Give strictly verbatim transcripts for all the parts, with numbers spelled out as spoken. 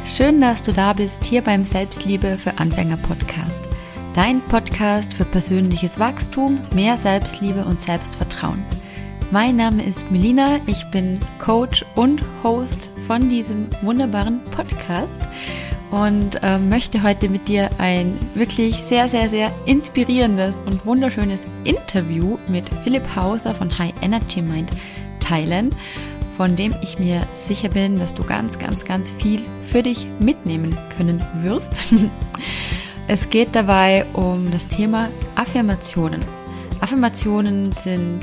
Schön, dass du da bist, hier beim Selbstliebe für Anfänger Podcast. Dein Podcast für persönliches Wachstum, mehr Selbstliebe und Selbstvertrauen. Mein Name ist Melina, ich bin Coach und Host von diesem wunderbaren Podcast und äh, möchte heute mit dir ein wirklich sehr, sehr, sehr inspirierendes und wunderschönes Interview mit Philipp Hauser von High Energy Mind teilen, von dem ich mir sicher bin, dass du ganz, ganz, ganz viel für dich mitnehmen können wirst. Es geht dabei um das Thema Affirmationen. Affirmationen sind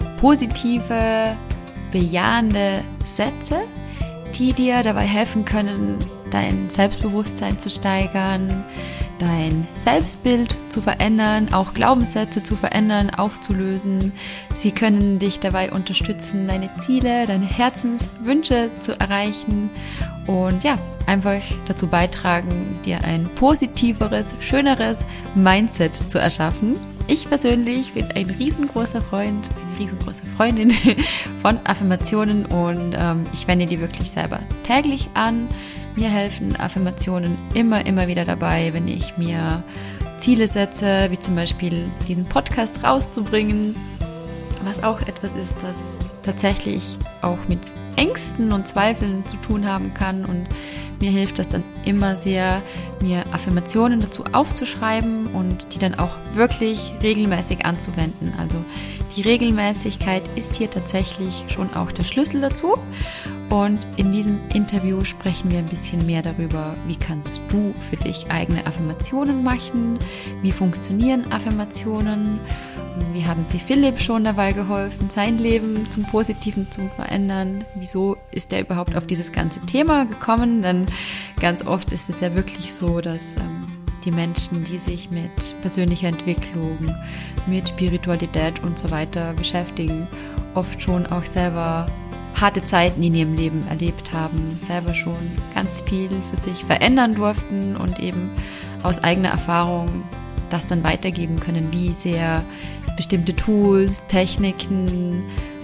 positive, bejahende Sätze, die dir dabei helfen können, dein Selbstbewusstsein zu steigern, dein Selbstbild zu verändern, auch Glaubenssätze zu verändern, aufzulösen. Sie können dich dabei unterstützen, deine Ziele, deine Herzenswünsche zu erreichen und ja, einfach dazu beitragen, dir ein positiveres, schöneres Mindset zu erschaffen. Ich persönlich bin ein riesengroßer Freund, eine riesengroße Freundin von Affirmationen und ähm, ich wende die wirklich selber täglich an. Mir helfen Affirmationen immer, immer wieder dabei, wenn ich mir Ziele setze, wie zum Beispiel diesen Podcast rauszubringen, was auch etwas ist, das tatsächlich auch mit Ängsten und Zweifeln zu tun haben kann, und mir hilft das dann immer sehr, mir Affirmationen dazu aufzuschreiben und die dann auch wirklich regelmäßig anzuwenden. Also die Regelmäßigkeit ist hier tatsächlich schon auch der Schlüssel dazu. Und in diesem Interview sprechen wir ein bisschen mehr darüber, wie kannst du für dich eigene Affirmationen machen, wie funktionieren Affirmationen, wie haben sie Philipp schon dabei geholfen, sein Leben zum Positiven zu verändern, wieso ist er überhaupt auf dieses ganze Thema gekommen, denn ganz oft ist es ja wirklich so, dass ähm, die Menschen, die sich mit persönlicher Entwicklung, mit Spiritualität und so weiter beschäftigen, oft schon auch selber harte Zeiten in ihrem Leben erlebt haben, selber schon ganz viel für sich verändern durften und eben aus eigener Erfahrung das dann weitergeben können, wie sehr bestimmte Tools, Techniken,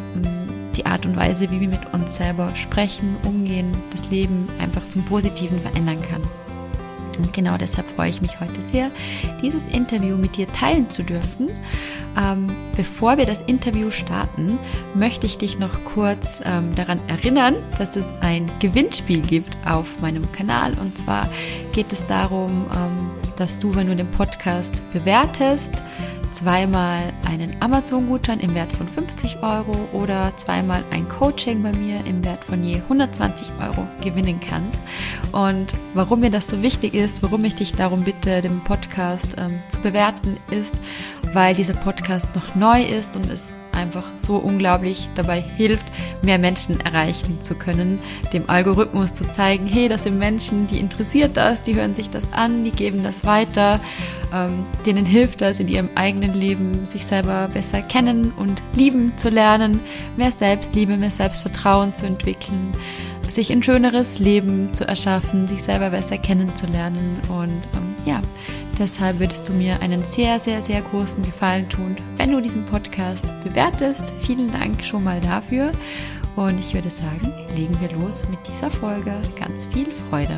die Art und Weise, wie wir mit uns selber sprechen, umgehen, das Leben einfach zum Positiven verändern kann. Und genau deshalb freue ich mich heute sehr, dieses Interview mit dir teilen zu dürfen. Ähm, bevor wir das Interview starten, möchte ich dich noch kurz ähm, daran erinnern, dass es ein Gewinnspiel gibt auf meinem Kanal. Und zwar geht es darum, ähm, dass du, wenn du den Podcast bewertest, zweimal einen Amazon-Gutschein im Wert von fünfzig Euro oder zweimal ein Coaching bei mir im Wert von je hundertzwanzig Euro gewinnen kannst. Und warum mir das so wichtig ist, warum ich dich darum bitte, den Podcast ähm, zu bewerten, ist, weil dieser Podcast noch neu ist und es einfach so unglaublich dabei hilft, mehr Menschen erreichen zu können, dem Algorithmus zu zeigen, hey, das sind Menschen, die interessiert das, die hören sich das an, die geben das weiter, ähm, denen hilft das in ihrem eigenen Leben, sich selber besser kennen und lieben zu lernen, mehr Selbstliebe, mehr Selbstvertrauen zu entwickeln, sich ein schöneres Leben zu erschaffen, sich selber besser kennenzulernen. Und ähm, ja, deshalb würdest du mir einen sehr, sehr, sehr großen Gefallen tun, wenn du diesen Podcast bewertest. Vielen Dank schon mal dafür. Und ich würde sagen, legen wir los mit dieser Folge. Ganz viel Freude.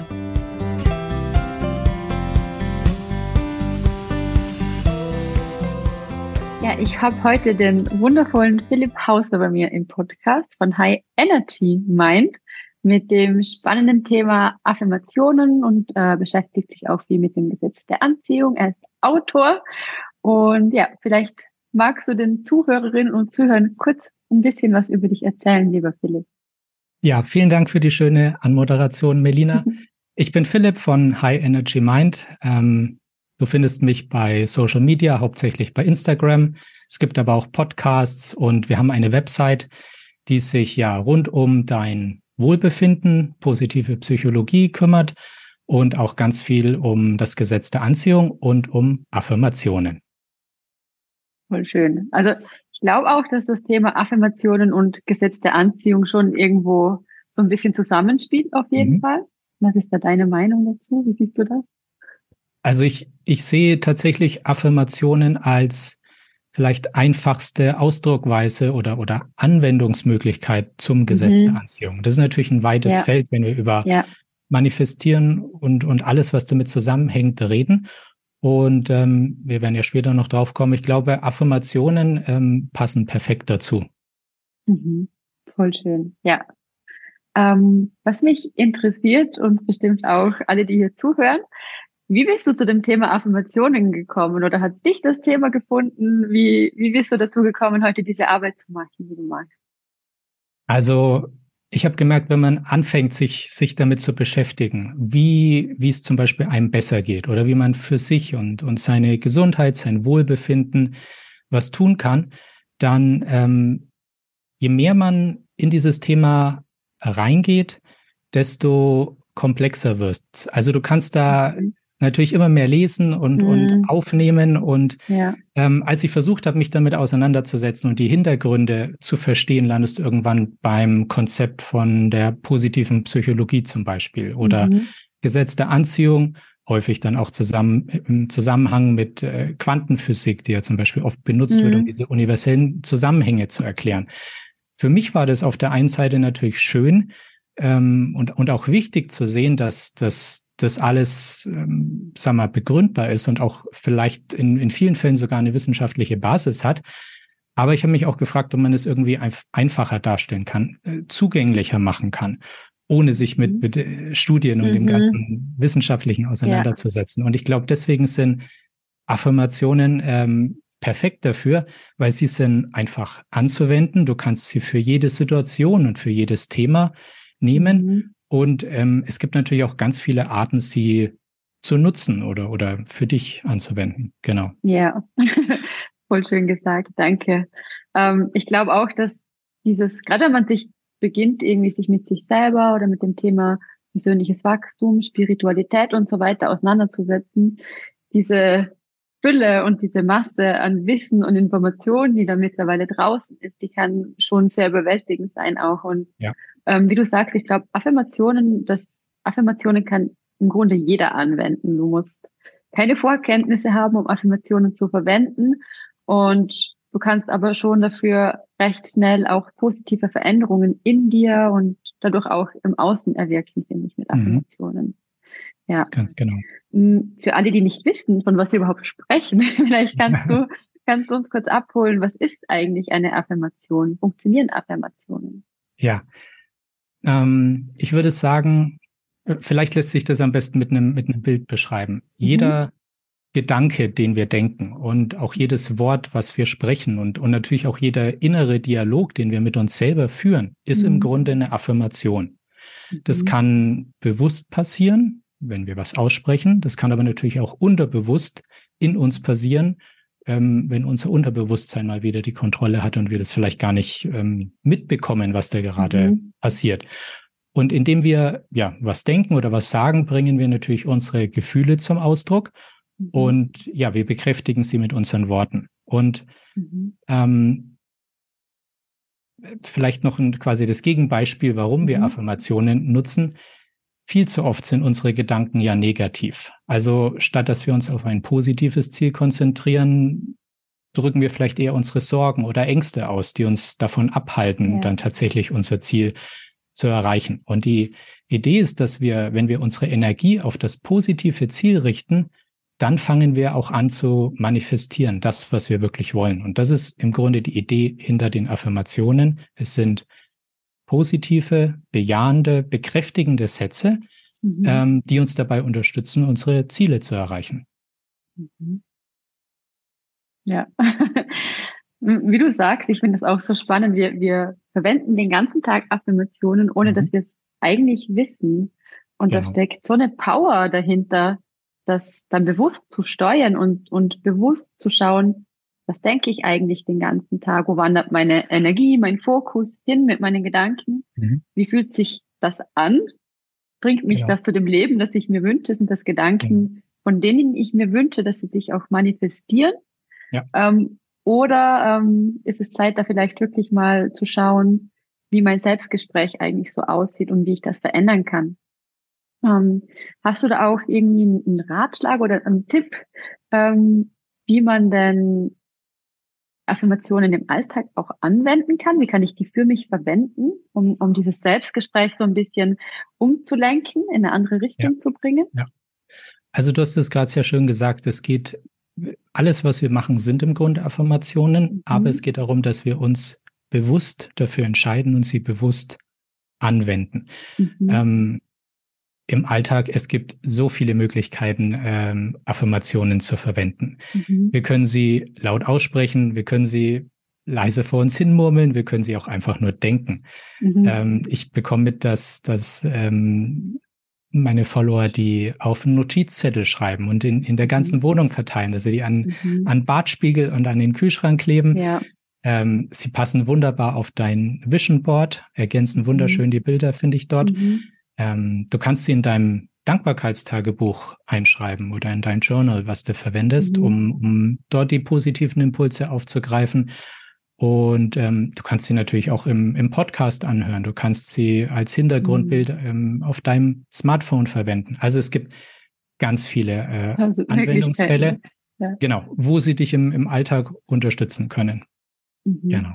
Ja, ich habe heute den wundervollen Philipp Hauser bei mir im Podcast von High Energy Mind mit dem spannenden Thema Affirmationen und äh, beschäftigt sich auch viel mit dem Gesetz der Anziehung. Er ist Autor und ja, vielleicht magst du den Zuhörerinnen und Zuhörern kurz ein bisschen was über dich erzählen, lieber Philipp. Ja, vielen Dank für die schöne Anmoderation, Melina. Ich bin Philipp von High Energy Mind. Ähm, du findest mich bei Social Media, hauptsächlich bei Instagram. Es gibt aber auch Podcasts und wir haben eine Website, die sich ja rund um dein Wohlbefinden, positive Psychologie kümmert und auch ganz viel um das Gesetz der Anziehung und um Affirmationen. Voll schön. Also ich glaube auch, dass das Thema Affirmationen und Gesetz der Anziehung schon irgendwo so ein bisschen zusammenspielt, auf jeden mhm. Fall. Was ist da deine Meinung dazu? Wie siehst du das? Also ich, ich sehe tatsächlich Affirmationen als vielleicht einfachste Ausdruckweise oder, oder Anwendungsmöglichkeit zum Gesetz mhm. der Anziehung. Das ist natürlich ein weites ja. Feld, wenn wir über ja. Manifestieren und, und alles, was damit zusammenhängt, reden. Und ähm, wir werden ja später noch drauf kommen. Ich glaube, Affirmationen ähm, passen perfekt dazu. Mhm. Voll schön, ja. Ähm, was mich interessiert und bestimmt auch alle, die hier zuhören, wie bist du zu dem Thema Affirmationen gekommen oder hat dich das Thema gefunden? Wie, wie bist du dazu gekommen, heute diese Arbeit zu machen, wie du magst? Also ich habe gemerkt, wenn man anfängt, sich, sich damit zu beschäftigen, wie, wie es zum Beispiel einem besser geht oder wie man für sich und, und seine Gesundheit, sein Wohlbefinden was tun kann, dann ähm, je mehr man in dieses Thema reingeht, desto komplexer wirst. Also du kannst da mhm. natürlich immer mehr lesen und, mhm. und aufnehmen. Und ja. ähm, als ich versucht habe, mich damit auseinanderzusetzen und die Hintergründe zu verstehen, landest du irgendwann beim Konzept von der positiven Psychologie zum Beispiel oder mhm. Gesetz der Anziehung, häufig dann auch zusammen im Zusammenhang mit äh, Quantenphysik, die ja zum Beispiel oft benutzt mhm. wird, um diese universellen Zusammenhänge zu erklären. Für mich war das auf der einen Seite natürlich schön ähm, und, und auch wichtig zu sehen, dass das das alles, ähm, sag mal, begründbar ist und auch vielleicht in, in vielen Fällen sogar eine wissenschaftliche Basis hat. Aber ich habe mich auch gefragt, ob man es irgendwie einf- einfacher darstellen kann, äh, zugänglicher machen kann, ohne sich mit, mit äh, Studien und mhm. dem ganzen Wissenschaftlichen auseinanderzusetzen. Ja. Und ich glaube, deswegen sind Affirmationen ähm, perfekt dafür, weil sie sind einfach anzuwenden. Du kannst sie für jede Situation und für jedes Thema nehmen. Mhm. Und ähm, es gibt natürlich auch ganz viele Arten, sie zu nutzen oder, oder für dich anzuwenden. Genau. Ja, voll schön gesagt. Danke. Ähm, ich glaube auch, dass dieses, gerade wenn man sich beginnt, irgendwie sich mit sich selber oder mit dem Thema persönliches Wachstum, Spiritualität und so weiter auseinanderzusetzen, diese Fülle und diese Masse an Wissen und Informationen, die da mittlerweile draußen ist, die kann schon sehr überwältigend sein auch. Und ja. ähm, wie du sagst, ich glaube, Affirmationen, das Affirmationen kann im Grunde jeder anwenden. Du musst keine Vorkenntnisse haben, um Affirmationen zu verwenden. Und du kannst aber schon dafür recht schnell auch positive Veränderungen in dir und dadurch auch im Außen erwirken, finde ich, mit Affirmationen. Mhm. Ja, ganz genau. Für alle, die nicht wissen, von was wir überhaupt sprechen, vielleicht kannst du, kannst du uns kurz abholen, was ist eigentlich eine Affirmation? Funktionieren Affirmationen? Ja, ähm, ich würde sagen, vielleicht lässt sich das am besten mit einem, mit einem Bild beschreiben. Mhm. Jeder Gedanke, den wir denken und auch jedes Wort, was wir sprechen und, und natürlich auch jeder innere Dialog, den wir mit uns selber führen, ist mhm. im Grunde eine Affirmation. Mhm. Das kann bewusst passieren, wenn wir was aussprechen. Das kann aber natürlich auch unterbewusst in uns passieren, ähm, wenn unser Unterbewusstsein mal wieder die Kontrolle hat und wir das vielleicht gar nicht ähm, mitbekommen, was da gerade mhm. passiert. Und indem wir ja was denken oder was sagen, bringen wir natürlich unsere Gefühle zum Ausdruck mhm. und ja, wir bekräftigen sie mit unseren Worten. Und mhm. ähm, vielleicht noch ein, quasi das Gegenbeispiel, warum mhm. wir Affirmationen nutzen. Viel zu oft sind unsere Gedanken ja negativ. Also statt dass wir uns auf ein positives Ziel konzentrieren, drücken wir vielleicht eher unsere Sorgen oder Ängste aus, die uns davon abhalten, ja. dann tatsächlich unser Ziel zu erreichen. Und die Idee ist, dass wir, wenn wir unsere Energie auf das positive Ziel richten, dann fangen wir auch an zu manifestieren, das, was wir wirklich wollen. Und das ist im Grunde die Idee hinter den Affirmationen. Es sind positive, bejahende, bekräftigende Sätze, mhm. ähm, die uns dabei unterstützen, unsere Ziele zu erreichen. Mhm. Ja, wie du sagst, ich finde das auch so spannend. Wir, wir verwenden den ganzen Tag Affirmationen, ohne mhm. dass wir es eigentlich wissen. Und genau. da steckt so eine Power dahinter, das dann bewusst zu steuern und, und bewusst zu schauen, was denke ich eigentlich den ganzen Tag? Wo wandert meine Energie, mein Fokus hin mit meinen Gedanken? Mhm. Wie fühlt sich das an? Bringt mich genau. das zu dem Leben, das ich mir wünsche? Sind das Gedanken, mhm. von denen ich mir wünsche, dass sie sich auch manifestieren? Ja. Ähm, oder ähm, ist es Zeit, da vielleicht wirklich mal zu schauen, wie mein Selbstgespräch eigentlich so aussieht und wie ich das verändern kann? Ähm, hast du da auch irgendwie einen Ratschlag oder einen Tipp, ähm, wie man denn Affirmationen im Alltag auch anwenden kann? Wie kann ich die für mich verwenden, um, um dieses Selbstgespräch so ein bisschen umzulenken, in eine andere Richtung ja. zu bringen? Ja. Also du hast es gerade sehr schön gesagt, es geht, alles, was wir machen, sind im Grunde Affirmationen, mhm. aber es geht darum, dass wir uns bewusst dafür entscheiden und sie bewusst anwenden. Mhm. Ähm, Im Alltag, es gibt so viele Möglichkeiten, ähm, Affirmationen zu verwenden. Mhm. Wir können sie laut aussprechen, wir können sie leise vor uns hinmurmeln, wir können sie auch einfach nur denken. Mhm. Ähm, ich bekomme mit, dass, dass ähm, meine Follower die auf einen Notizzettel schreiben und in, in der ganzen mhm. Wohnung verteilen, dass sie die an, mhm. an Badspiegel und an den Kühlschrank kleben. Ja. Ähm, sie passen wunderbar auf dein Vision Board, ergänzen wunderschön mhm. die Bilder, finde ich dort. Mhm. Ähm, du kannst sie in deinem Dankbarkeitstagebuch einschreiben oder in dein Journal, was du verwendest, mhm. um, um dort die positiven Impulse aufzugreifen. Und ähm, du kannst sie natürlich auch im, im Podcast anhören. Du kannst sie als Hintergrundbild mhm. ähm, auf deinem Smartphone verwenden. Also es gibt ganz viele äh, also Anwendungsfälle, ja. genau, wo sie dich im, im Alltag unterstützen können. Mhm. Genau.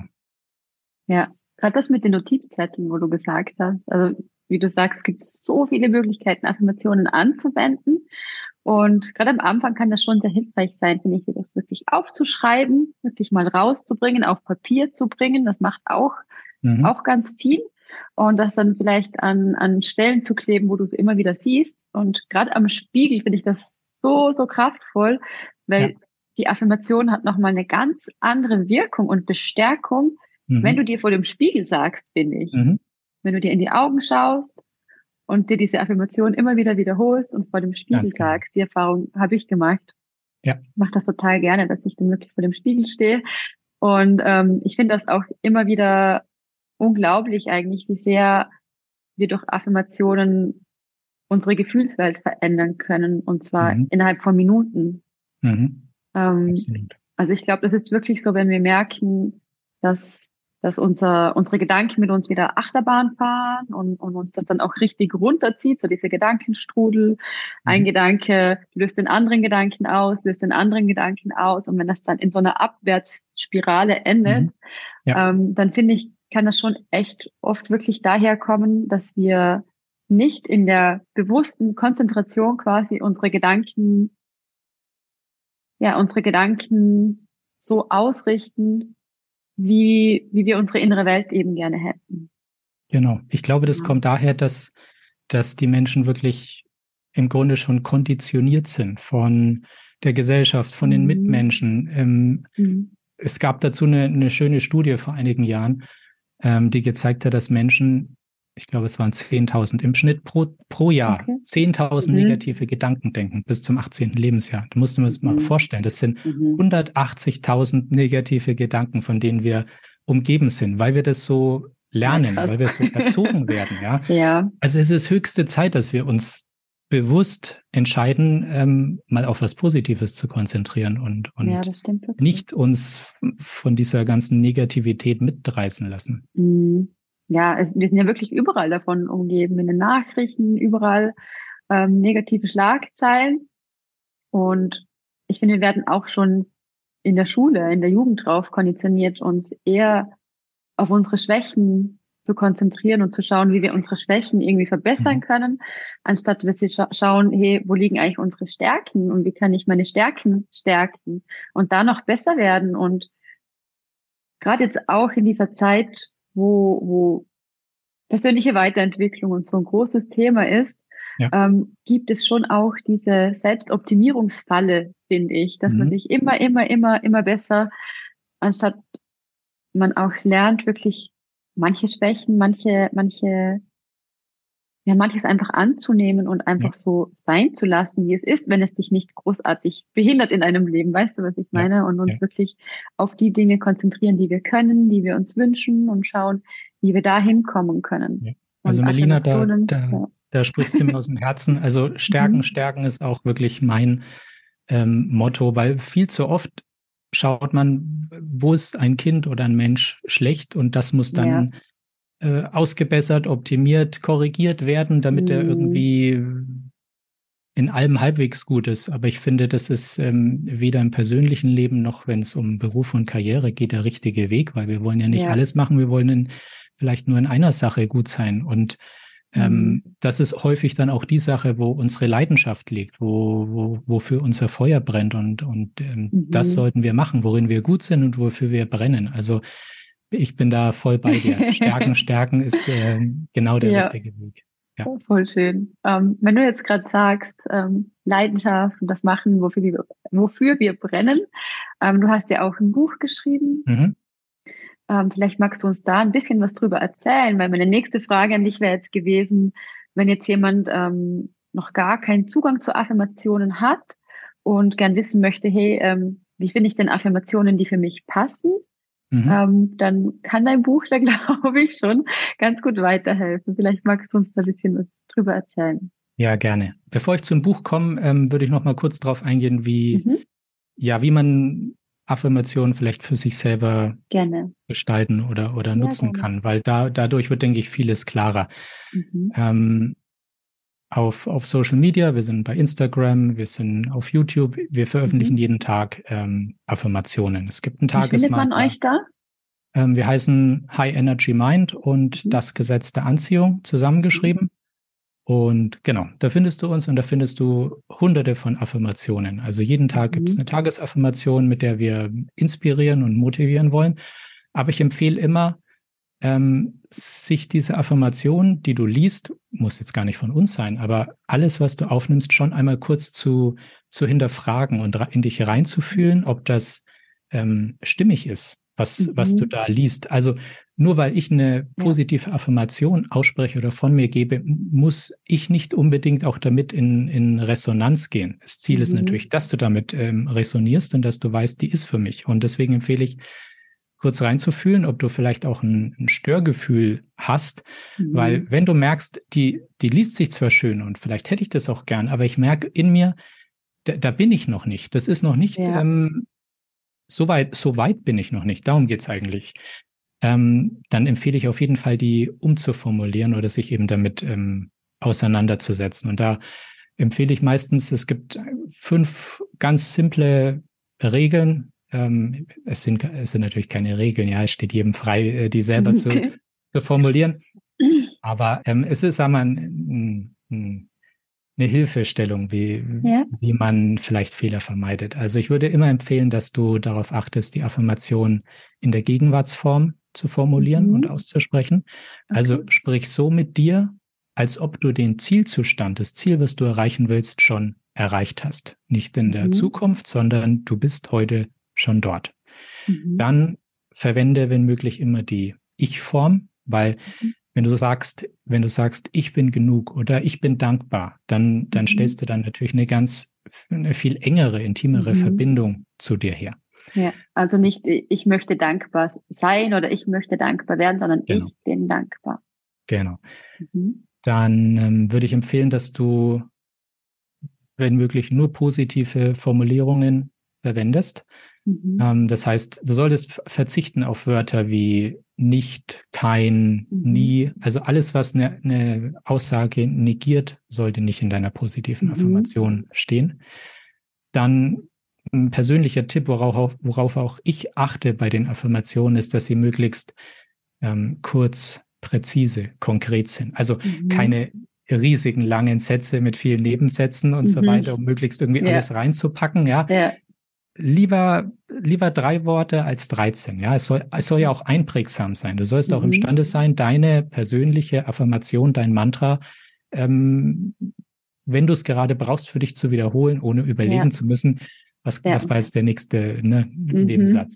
Ja, gerade das mit den Notizzetteln, wo du gesagt hast, also wie du sagst, es gibt so viele Möglichkeiten, Affirmationen anzuwenden. Und gerade am Anfang kann das schon sehr hilfreich sein, finde ich, das wirklich aufzuschreiben, wirklich mal rauszubringen, auf Papier zu bringen. Das macht auch, mhm. auch ganz viel. Und das dann vielleicht an, an Stellen zu kleben, wo du es immer wieder siehst. Und gerade am Spiegel finde ich das so, so kraftvoll, weil ja. die Affirmation hat nochmal eine ganz andere Wirkung und Bestärkung, mhm. wenn du dir vor dem Spiegel sagst, finde ich. Mhm. Wenn du dir in die Augen schaust und dir diese Affirmation immer wieder wiederholst und vor dem Spiegel genau. sagst, die Erfahrung habe ich gemacht. Ja. Ich mache das total gerne, dass ich dann wirklich vor dem Spiegel stehe. Und ähm, ich finde das auch immer wieder unglaublich eigentlich, wie sehr wir durch Affirmationen unsere Gefühlswelt verändern können. Und zwar mhm. innerhalb von Minuten. Mhm. Ähm, Absolut. Also ich glaube, das ist wirklich so, wenn wir merken, dass dass unser, unsere Gedanken mit uns wieder Achterbahn fahren und, und uns das dann auch richtig runterzieht, so diese Gedankenstrudel. Mhm. Ein Gedanke löst den anderen Gedanken aus, löst den anderen Gedanken aus. Und wenn das dann in so einer Abwärtsspirale endet, mhm. ja. ähm, dann finde ich, kann das schon echt oft wirklich daher kommen, dass wir nicht in der bewussten Konzentration quasi unsere Gedanken, ja, unsere Gedanken so ausrichten, wie, wie wir unsere innere Welt eben gerne hätten. Genau. Ich glaube, das ja. kommt daher, dass, dass die Menschen wirklich im Grunde schon konditioniert sind von der Gesellschaft, von mhm. den Mitmenschen. Ähm, mhm. Es gab dazu eine, eine schöne Studie vor einigen Jahren, ähm, die gezeigt hat, dass Menschen, ich glaube, es waren zehntausend im Schnitt pro, pro Jahr, okay. zehntausend mhm. negative Gedanken denken bis zum achtzehnten Lebensjahr. Da musst du mir das mhm. mal vorstellen. Das sind mhm. hundertachtzigtausend negative Gedanken, von denen wir umgeben sind, weil wir das so lernen, ja, weil wir so erzogen werden. Ja? ja. Also es ist höchste Zeit, dass wir uns bewusst entscheiden, ähm, mal auf was Positives zu konzentrieren und, und ja, nicht uns von dieser ganzen Negativität mitreißen lassen. Mhm. Ja, es, wir sind ja wirklich überall davon umgeben, in den Nachrichten, überall ähm, negative Schlagzeilen. Und ich finde, wir werden auch schon in der Schule, in der Jugend drauf konditioniert, uns eher auf unsere Schwächen zu konzentrieren und zu schauen, wie wir unsere Schwächen irgendwie verbessern können, anstatt dass wir scha- schauen, hey, wo liegen eigentlich unsere Stärken und wie kann ich meine Stärken stärken und da noch besser werden. Und gerade jetzt auch in dieser Zeit, wo, wo persönliche Weiterentwicklung und so ein großes Thema ist, ja. ähm, gibt es schon auch diese Selbstoptimierungsfalle, finde ich, dass mhm. man sich immer, immer, immer, immer besser, anstatt man auch lernt, wirklich manche Schwächen, manche, manche, ja, manches einfach anzunehmen und einfach ja. so sein zu lassen, wie es ist, wenn es dich nicht großartig behindert in einem Leben. Weißt du, was ich meine? Ja. Und uns ja. wirklich auf die Dinge konzentrieren, die wir können, die wir uns wünschen und schauen, wie wir da hinkommen können. Ja. Also und Melina, da, da, ja. da sprichst du mir aus dem Herzen. Also Stärken, mhm. Stärken ist auch wirklich mein ähm, Motto, weil viel zu oft schaut man, wo ist ein Kind oder ein Mensch schlecht und das muss dann ja. äh, ausgebessert, optimiert, korrigiert werden, damit mhm. er irgendwie in allem halbwegs gut ist. Aber ich finde, das ist ähm, weder im persönlichen Leben noch, wenn es um Beruf und Karriere geht, der richtige Weg, weil wir wollen ja nicht Ja. alles machen, wir wollen in, vielleicht nur in einer Sache gut sein. Und ähm, Mhm. das ist häufig dann auch die Sache, wo unsere Leidenschaft liegt, wo, wo, wofür unser Feuer brennt. Und, und ähm, Mhm. das sollten wir machen, worin wir gut sind und wofür wir brennen. Also ich bin da voll bei dir. Stärken, stärken ist äh, genau der Ja. richtige Weg. Ja. Voll schön. Ähm, wenn du jetzt gerade sagst, ähm, Leidenschaft und das machen, wofür wir, wofür wir brennen, ähm, du hast ja auch ein Buch geschrieben. Mhm. Ähm, vielleicht magst du uns da ein bisschen was drüber erzählen, weil meine nächste Frage an dich wäre jetzt gewesen, wenn jetzt jemand ähm, noch gar keinen Zugang zu Affirmationen hat und gern wissen möchte, hey, ähm, wie finde ich denn Affirmationen, die für mich passen? Mhm. Ähm, dann kann dein Buch da, glaube ich, schon ganz gut weiterhelfen. Vielleicht magst du uns da ein bisschen was drüber erzählen. Ja, gerne. Bevor ich zum Buch komme, ähm, würde ich noch mal kurz darauf eingehen, wie, Mhm. ja, wie man Affirmationen vielleicht für sich selber Gerne. gestalten oder, oder Ja, nutzen gerne. kann, weil da, dadurch wird, denke ich, vieles klarer. Mhm. Ähm, auf, auf Social Media, wir sind bei Instagram, wir sind auf YouTube, wir veröffentlichen Mhm. jeden Tag ähm, Affirmationen. Es gibt einen Wie findet man Tagesmantra. euch da? Ähm, wir heißen High Energy Mind und Mhm. das Gesetz der Anziehung zusammengeschrieben. Und genau, da findest du uns und da findest du hunderte von Affirmationen. Also jeden Tag Mhm. gibt es eine Tagesaffirmation, mit der wir inspirieren und motivieren wollen. Aber ich empfehle immer, ähm, sich diese Affirmation, die du liest, muss jetzt gar nicht von uns sein, aber alles, was du aufnimmst, schon einmal kurz zu, zu hinterfragen und in dich reinzufühlen, ob das ähm, stimmig ist, was, Mhm. was du da liest. Also nur weil ich eine positive Ja. Affirmation ausspreche oder von mir gebe, muss ich nicht unbedingt auch damit in, in Resonanz gehen. Das Ziel Mhm. ist natürlich, dass du damit ähm, resonierst und dass du weißt, die ist für mich. Und deswegen empfehle ich, kurz reinzufühlen, ob du vielleicht auch ein, ein Störgefühl hast, Mhm. weil wenn du merkst, die, die liest sich zwar schön und vielleicht hätte ich das auch gern, aber ich merke in mir, da, da bin ich noch nicht. Das ist noch nicht, Ja. ähm, so weit, so weit bin ich noch nicht. Darum geht's eigentlich. Ähm, dann empfehle ich auf jeden Fall, die umzuformulieren oder sich eben damit ähm, auseinanderzusetzen. Und da empfehle ich meistens, es gibt fünf ganz simple Regeln. Ähm, es sind, es sind natürlich keine Regeln, ja, es steht jedem frei, die selber zu, zu formulieren. Aber ähm, es ist, sagen wir mal, ein, ein, eine Hilfestellung, wie, Ja. wie man vielleicht Fehler vermeidet. Also ich würde immer empfehlen, dass du darauf achtest, die Affirmation in der Gegenwartsform zu formulieren Mhm. und auszusprechen. Also Okay. sprich so mit dir, als ob du den Zielzustand, das Ziel, was du erreichen willst, schon erreicht hast. Nicht in der Mhm. Zukunft, sondern du bist heute schon dort. Mhm. Dann verwende, wenn möglich, immer die Ich-Form, weil Mhm. wenn du sagst, wenn du sagst, ich bin genug oder ich bin dankbar, dann, dann Mhm. stellst du dann natürlich eine ganz, eine viel engere, intimere Mhm. Verbindung zu dir her. Ja, also nicht, ich möchte dankbar sein oder ich möchte dankbar werden, sondern Genau. ich bin dankbar. Genau. Mhm. Dann ähm, würde ich empfehlen, dass du, wenn möglich, nur positive Formulierungen verwendest. Mhm. Ähm, das heißt, du solltest verzichten auf Wörter wie nicht, kein, Mhm. nie. Also alles, was eine, eine Aussage negiert, sollte nicht in deiner positiven Mhm. Affirmation stehen. Dann ein persönlicher Tipp, worauf, worauf auch ich achte bei den Affirmationen, ist, dass sie möglichst ähm, kurz, präzise, konkret sind. Also Mhm. keine riesigen langen Sätze mit vielen Nebensätzen und Mhm. so weiter, um möglichst irgendwie Ja. alles reinzupacken. Ja, Ja. lieber lieber drei Worte als dreizehn. Ja, es soll es soll ja auch einprägsam sein. Du sollst Mhm. auch imstande sein, deine persönliche Affirmation, dein Mantra, ähm, wenn du es gerade brauchst, für dich zu wiederholen, ohne überlegen Ja. zu müssen, was Ja. was war jetzt der nächste ne, Mhm. Nebensatz.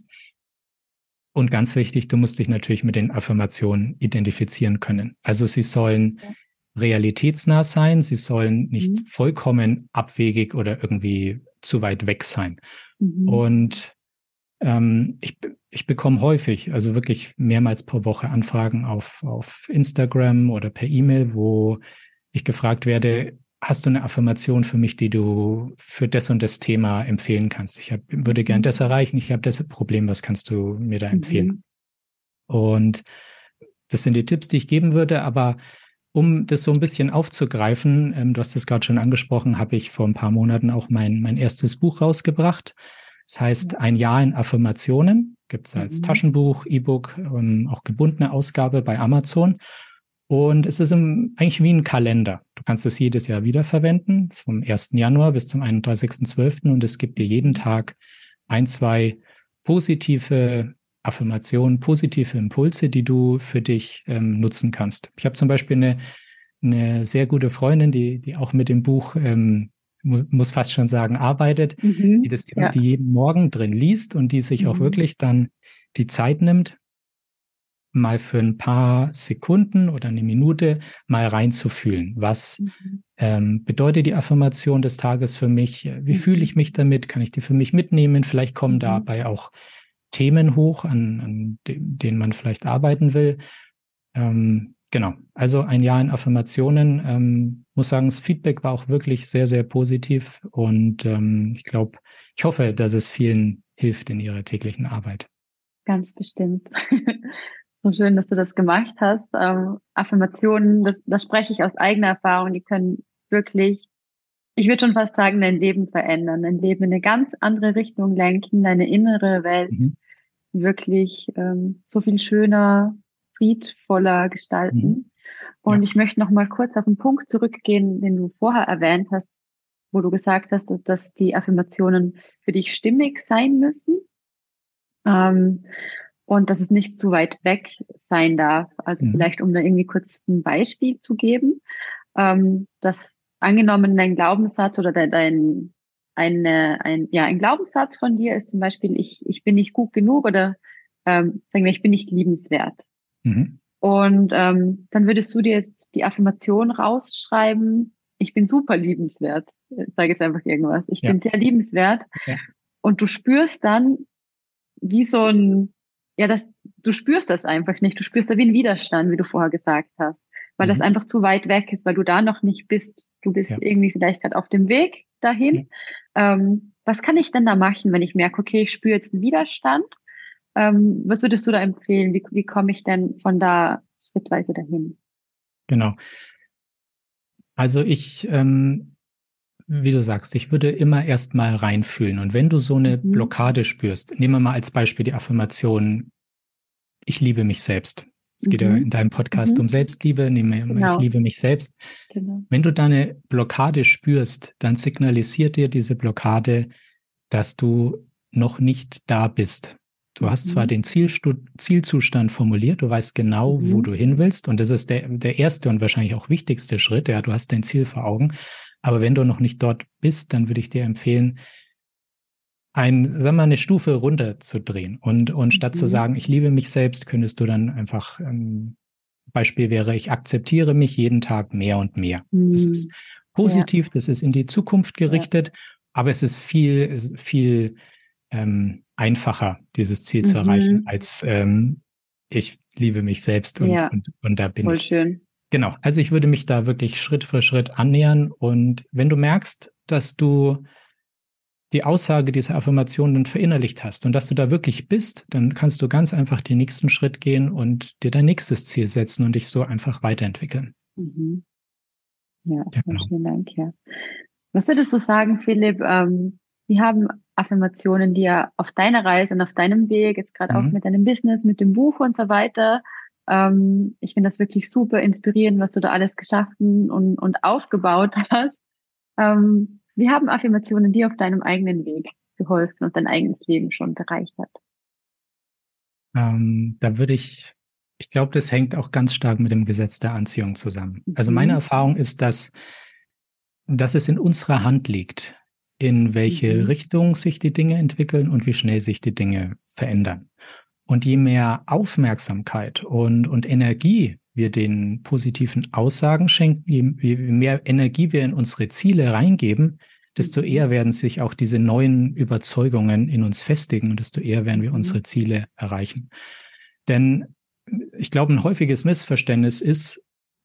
Und ganz wichtig, du musst dich natürlich mit den Affirmationen identifizieren können. Also sie sollen Ja. realitätsnah sein, sie sollen nicht Mhm. vollkommen abwegig oder irgendwie zu weit weg sein. Mhm. Und ähm, ich, ich bekomme häufig, also wirklich mehrmals pro Woche Anfragen auf, auf Instagram oder per E-Mail, wo ich gefragt werde, hast du eine Affirmation für mich, die du für das und das Thema empfehlen kannst? Ich hab, würde gern das erreichen, ich habe das Problem, was kannst du mir da empfehlen? Mhm. Und das sind die Tipps, die ich geben würde, aber um das so ein bisschen aufzugreifen, ähm, du hast es gerade schon angesprochen, habe ich vor ein paar Monaten auch mein, mein erstes Buch rausgebracht. Das heißt, ein Jahr in Affirmationen, gibt es als Mhm. Taschenbuch, E-Book, ähm, auch gebundene Ausgabe bei Amazon. Und es ist im, eigentlich wie ein Kalender. Du kannst es jedes Jahr wiederverwenden, vom ersten Januar bis zum einunddreißigsten zwölften Und es gibt dir jeden Tag ein, zwei positive Affirmationen, positive Impulse, die du für dich ähm, nutzen kannst. Ich habe zum Beispiel eine, eine sehr gute Freundin, die, die auch mit dem Buch, ähm, mu muss fast schon sagen, arbeitet, Mhm. die das Ja. irgendwie jeden Morgen drin liest und die sich Mhm. auch wirklich dann die Zeit nimmt, mal für ein paar Sekunden oder eine Minute mal reinzufühlen. Was Mhm. ähm, bedeutet die Affirmation des Tages für mich? Wie Mhm. fühle ich mich damit? Kann ich die für mich mitnehmen? Vielleicht kommen Mhm. dabei auch Themen hoch, an, an de denen man vielleicht arbeiten will. Ähm, genau, also ein Jahr in Affirmationen. Ähm, muss sagen, das Feedback war auch wirklich sehr, sehr positiv und ähm, ich glaube, ich hoffe, dass es vielen hilft in ihrer täglichen Arbeit. Ganz bestimmt. So schön, dass du das gemacht hast. Ähm, Affirmationen, das, das spreche ich aus eigener Erfahrung, die können wirklich, ich würde schon fast sagen, dein Leben verändern, dein Leben in eine ganz andere Richtung lenken, deine innere Welt Mhm. wirklich ähm, so viel schöner, friedvoller Mhm. gestalten. Ja. Und ich möchte noch mal kurz auf den Punkt zurückgehen, den du vorher erwähnt hast, wo du gesagt hast, dass, dass die Affirmationen für dich stimmig sein müssen. Ähm, und dass es nicht zu weit weg sein darf. Also Mhm. vielleicht, um da irgendwie kurz ein Beispiel zu geben, ähm, dass angenommen dein Glaubenssatz oder dein, dein eine, ein, ja, ein Glaubenssatz von dir ist zum Beispiel, ich, ich bin nicht gut genug oder ähm, sagen wir, ich bin nicht liebenswert. Mhm. Und ähm, dann würdest du dir jetzt die Affirmation rausschreiben, ich bin super liebenswert. Ich sage jetzt einfach irgendwas. Ich Ja. bin sehr liebenswert. Ja. Und du spürst dann, wie so ein, ja, das, du spürst das einfach nicht. Du spürst da wie einen Widerstand, wie du vorher gesagt hast, weil das Mhm. einfach zu weit weg ist, weil du da noch nicht bist. Du bist Ja. irgendwie vielleicht gerade auf dem Weg dahin. Ja. Ähm, was kann ich denn da machen, wenn ich merke, okay, ich spüre jetzt einen Widerstand? Ähm, was würdest du da empfehlen? Wie, wie komme ich denn von da schrittweise dahin? Genau. Also ich, ähm, wie du sagst, ich würde immer erst mal reinfühlen. Und wenn du so eine Mhm. Blockade spürst, nehmen wir mal als Beispiel die Affirmation, ich liebe mich selbst. Es geht Mhm. ja in deinem Podcast Mhm. um Selbstliebe, nehmen wir immer, Genau. ich liebe mich selbst. Genau. Wenn du da eine Blockade spürst, dann signalisiert dir diese Blockade, dass du noch nicht da bist. Du Mhm. hast zwar den Zielstu- Zielzustand formuliert, du weißt genau, Mhm. wo du hin willst, und das ist der, der erste und wahrscheinlich auch wichtigste Schritt. Ja, du hast dein Ziel vor Augen, aber wenn du noch nicht dort bist, dann würde ich dir empfehlen, ein, sagen wir mal, eine Stufe runterzudrehen. Und, und statt Mhm. zu sagen, ich liebe mich selbst, könntest du dann einfach, ähm, Beispiel wäre, ich akzeptiere mich jeden Tag mehr und mehr. Mhm. Das ist positiv, ja. Das ist in die Zukunft gerichtet, ja. Aber es ist viel, viel ähm, einfacher, dieses Ziel Mhm. zu erreichen, als ähm, ich liebe mich selbst und, ja. und, und da bin Voll ich. Schön. Genau, also ich würde mich da wirklich Schritt für Schritt annähern, und wenn du merkst, dass du die Aussage dieser Affirmation dann verinnerlicht hast und dass du da wirklich bist, dann kannst du ganz einfach den nächsten Schritt gehen und dir dein nächstes Ziel setzen und dich so einfach weiterentwickeln. Mhm. Ja, genau. Vielen Dank, ja. Was würdest du sagen, Philipp, ähm, wie haben Affirmationen dir auf deiner Reise und auf deinem Weg, jetzt gerade Mhm. auch mit deinem Business, mit dem Buch und so weiter, ähm, ich finde das wirklich super inspirierend, was du da alles geschaffen und, und aufgebaut hast. Ähm, wie haben Affirmationen dir auf deinem eigenen Weg geholfen und dein eigenes Leben schon bereichert? Ähm, da würde ich, ich glaube, das hängt auch ganz stark mit dem Gesetz der Anziehung zusammen. Mhm. Also meine Erfahrung ist, dass, dass es in unserer Hand liegt, in welche Mhm. Richtung sich die Dinge entwickeln und wie schnell sich die Dinge verändern. Und je mehr Aufmerksamkeit und, und Energie wir den positiven Aussagen schenken, je, je mehr Energie wir in unsere Ziele reingeben, desto Mhm. eher werden sich auch diese neuen Überzeugungen in uns festigen und desto eher werden wir Mhm. unsere Ziele erreichen. Denn ich glaube, ein häufiges Missverständnis ist,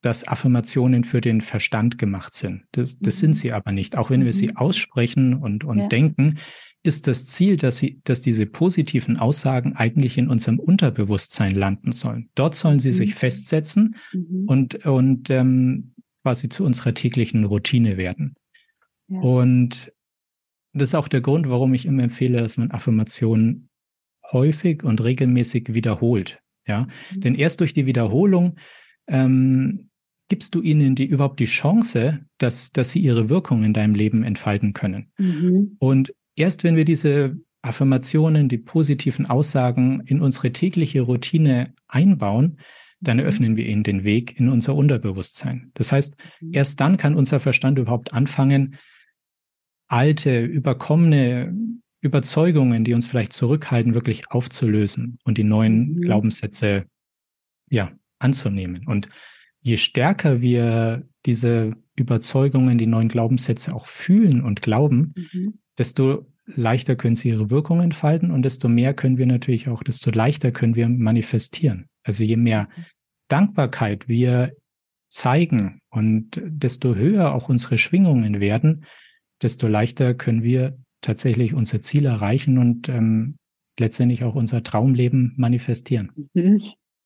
dass Affirmationen für den Verstand gemacht sind. Das, das Mhm. sind sie aber nicht. Auch wenn wir Mhm. sie aussprechen und, und Ja. denken, ist das Ziel, dass sie, dass diese positiven Aussagen eigentlich in unserem Unterbewusstsein landen sollen. Dort sollen sie Mhm. sich festsetzen Mhm. und, und ähm, quasi zu unserer täglichen Routine werden. Ja. Und das ist auch der Grund, warum ich immer empfehle, dass man Affirmationen häufig und regelmäßig wiederholt. Ja, Mhm. denn erst durch die Wiederholung ähm, gibst du ihnen die, überhaupt die Chance, dass, dass sie ihre Wirkung in deinem Leben entfalten können. Mhm. Und erst wenn wir diese Affirmationen, die positiven Aussagen in unsere tägliche Routine einbauen, dann eröffnen wir ihnen den Weg in unser Unterbewusstsein. Das heißt, Mhm. erst dann kann unser Verstand überhaupt anfangen, alte, überkommene Überzeugungen, die uns vielleicht zurückhalten, wirklich aufzulösen und die neuen Mhm. Glaubenssätze ja, anzunehmen. Und je stärker wir diese Überzeugungen, die neuen Glaubenssätze auch fühlen und glauben, Mhm. desto leichter können sie ihre Wirkung entfalten und desto mehr können wir natürlich auch, desto leichter können wir manifestieren. Also je mehr Dankbarkeit wir zeigen und desto höher auch unsere Schwingungen werden, desto leichter können wir tatsächlich unser Ziel erreichen und ähm, letztendlich auch unser Traumleben manifestieren. Mhm.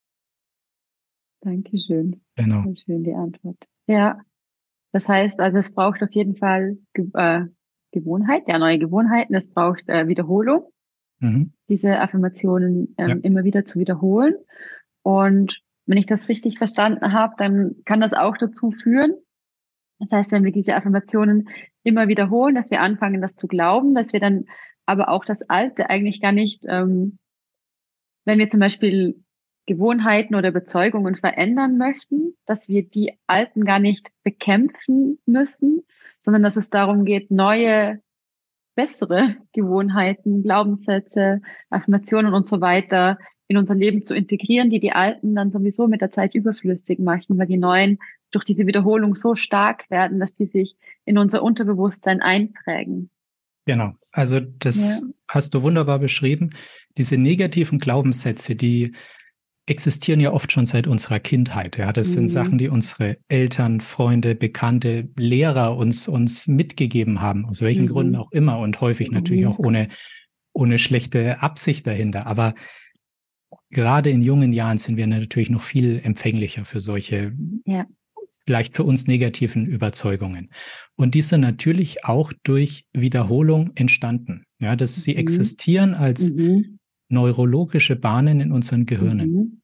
Dankeschön. Genau. Sehr schön, die Antwort. Ja, das heißt, also es braucht auf jeden Fall Ge äh, Gewohnheit, ja, neue Gewohnheiten. Es braucht äh, Wiederholung, Mhm. diese Affirmationen ähm, Ja. immer wieder zu wiederholen. Und wenn ich das richtig verstanden habe, dann kann das auch dazu führen. Das heißt, wenn wir diese Affirmationen immer wiederholen, dass wir anfangen, das zu glauben, dass wir dann aber auch das Alte eigentlich gar nicht, ähm, wenn wir zum Beispiel Gewohnheiten oder Überzeugungen verändern möchten, dass wir die alten gar nicht bekämpfen müssen, sondern dass es darum geht, neue, bessere Gewohnheiten, Glaubenssätze, Affirmationen und so weiter in unser Leben zu integrieren, die die alten dann sowieso mit der Zeit überflüssig machen, weil die neuen durch diese Wiederholung so stark werden, dass die sich in unser Unterbewusstsein einprägen. Genau. Also das Ja. hast du wunderbar beschrieben. Diese negativen Glaubenssätze, die existieren ja oft schon seit unserer Kindheit. Ja, das Mhm. sind Sachen, die unsere Eltern, Freunde, Bekannte, Lehrer uns, uns mitgegeben haben, aus welchen Mhm. Gründen auch immer und häufig natürlich Mhm. auch ohne, ohne schlechte Absicht dahinter. Aber gerade in jungen Jahren sind wir natürlich noch viel empfänglicher für solche, Ja. vielleicht für uns negativen Überzeugungen. Und die sind natürlich auch durch Wiederholung entstanden. Ja, dass sie Mhm. existieren als Mhm. neurologische Bahnen in unseren Gehirnen. Mhm.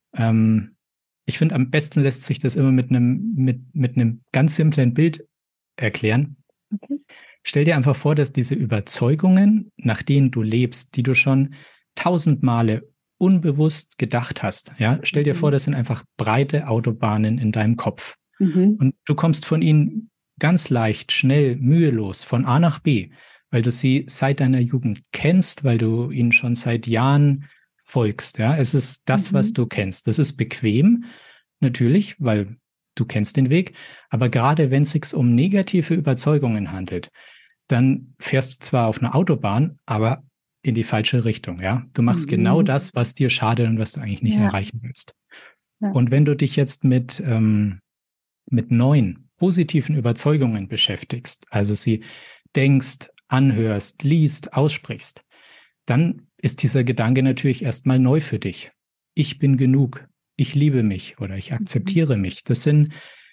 Ähm, ich finde, am besten lässt sich das immer mit einem, mit, mit einem ganz simplen Bild erklären. Okay. Stell dir einfach vor, dass diese Überzeugungen, nach denen du lebst, die du schon tausend Male unbewusst gedacht hast, ja, stell dir Mhm. vor, das sind einfach breite Autobahnen in deinem Kopf. Mhm. Und du kommst von ihnen ganz leicht, schnell, mühelos von A nach B, weil du sie seit deiner Jugend kennst, weil du ihnen schon seit Jahren folgst. Ja, es ist das, Mhm. was du kennst. Das ist bequem, natürlich, weil du kennst den Weg. Aber gerade wenn es sich um negative Überzeugungen handelt, dann fährst du zwar auf einer Autobahn, aber in die falsche Richtung. Ja, du machst Mhm. genau das, was dir schadet und was du eigentlich nicht Ja. erreichen willst. Ja. Und wenn du dich jetzt mit ähm, mit neuen positiven Überzeugungen beschäftigst, also sie denkst, anhörst, liest, aussprichst, dann ist dieser Gedanke natürlich erstmal neu für dich. Ich bin genug, ich liebe mich oder ich akzeptiere Mhm. mich. Das sind,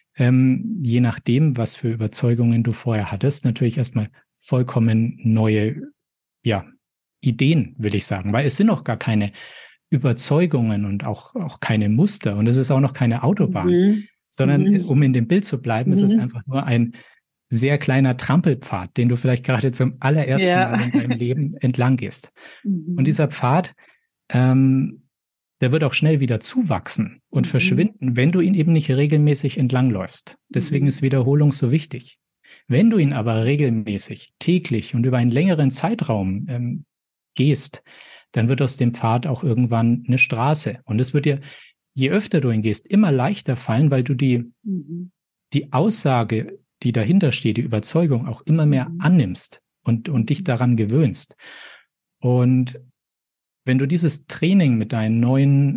ähm, je nachdem, was für Überzeugungen du vorher hattest, natürlich erstmal vollkommen neue, ja, Ideen, will ich sagen, weil es sind noch gar keine Überzeugungen und auch, auch keine Muster und es ist auch noch keine Autobahn. Mhm. Sondern Mhm. um in dem Bild zu bleiben, ist es Mhm. einfach nur ein sehr kleiner Trampelpfad, den du vielleicht gerade zum allerersten Ja. Mal in deinem Leben entlang gehst. Mhm. Und dieser Pfad, ähm, der wird auch schnell wieder zuwachsen und Mhm. verschwinden, wenn du ihn eben nicht regelmäßig entlangläufst. Deswegen Mhm. ist Wiederholung so wichtig. Wenn du ihn aber regelmäßig, täglich und über einen längeren Zeitraum ähm, gehst, dann wird aus dem Pfad auch irgendwann eine Straße. Und es wird dir, je öfter du ihn gehst, immer leichter fallen, weil du die, Mhm. die Aussage, die dahinter steht, die Überzeugung auch immer mehr Mhm. annimmst und, und dich daran gewöhnst. Und wenn du dieses Training mit deinen neuen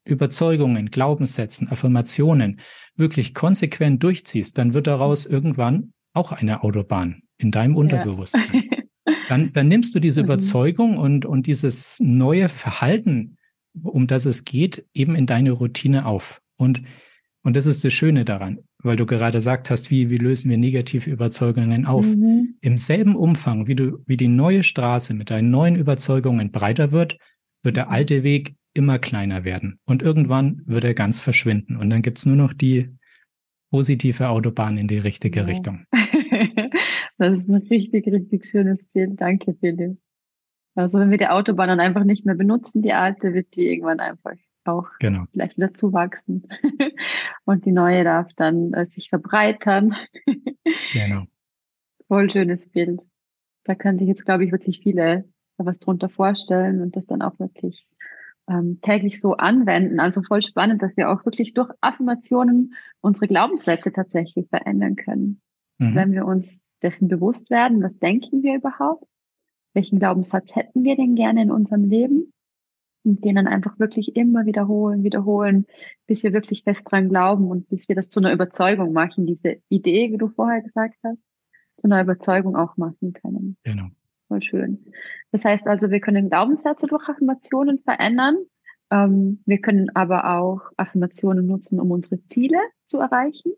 Überzeugungen, Glaubenssätzen, Affirmationen wirklich konsequent durchziehst, dann wird daraus irgendwann auch eine Autobahn in deinem Unterbewusstsein. Ja. Dann, dann nimmst du diese Überzeugung und, und dieses neue Verhalten, um das es geht, eben in deine Routine auf. Und, und das ist das Schöne daran, weil du gerade gesagt hast, wie, wie lösen wir negative Überzeugungen auf? Mhm. Im selben Umfang, wie, du, wie die neue Straße mit deinen neuen Überzeugungen breiter wird, wird der alte Weg immer kleiner werden. Und irgendwann wird er ganz verschwinden. Und dann gibt es nur noch die positive Autobahn in die richtige ja. Richtung. Das ist ein richtig, richtig schönes Bild. Danke, Philipp. Also wenn wir die Autobahn dann einfach nicht mehr benutzen, die alte, wird die irgendwann einfach auch genau. vielleicht wieder zuwachsen. Und die neue darf dann äh, sich verbreitern. Genau. Voll schönes Bild. Da können sich jetzt, glaube ich, wirklich viele was drunter vorstellen und das dann auch wirklich ähm, täglich so anwenden. Also voll spannend, dass wir auch wirklich durch Affirmationen unsere Glaubenssätze tatsächlich verändern können. Mhm. Wenn wir uns dessen bewusst werden, was denken wir überhaupt? Welchen Glaubenssatz hätten wir denn gerne in unserem Leben? Und den dann einfach wirklich immer wiederholen, wiederholen, bis wir wirklich fest dran glauben und bis wir das zu einer Überzeugung machen, diese Idee, wie du vorher gesagt hast, zu einer Überzeugung auch machen können. Genau. Voll schön. Das heißt also, wir können Glaubenssätze durch Affirmationen verändern. Ähm, wir können aber auch Affirmationen nutzen, um unsere Ziele zu erreichen.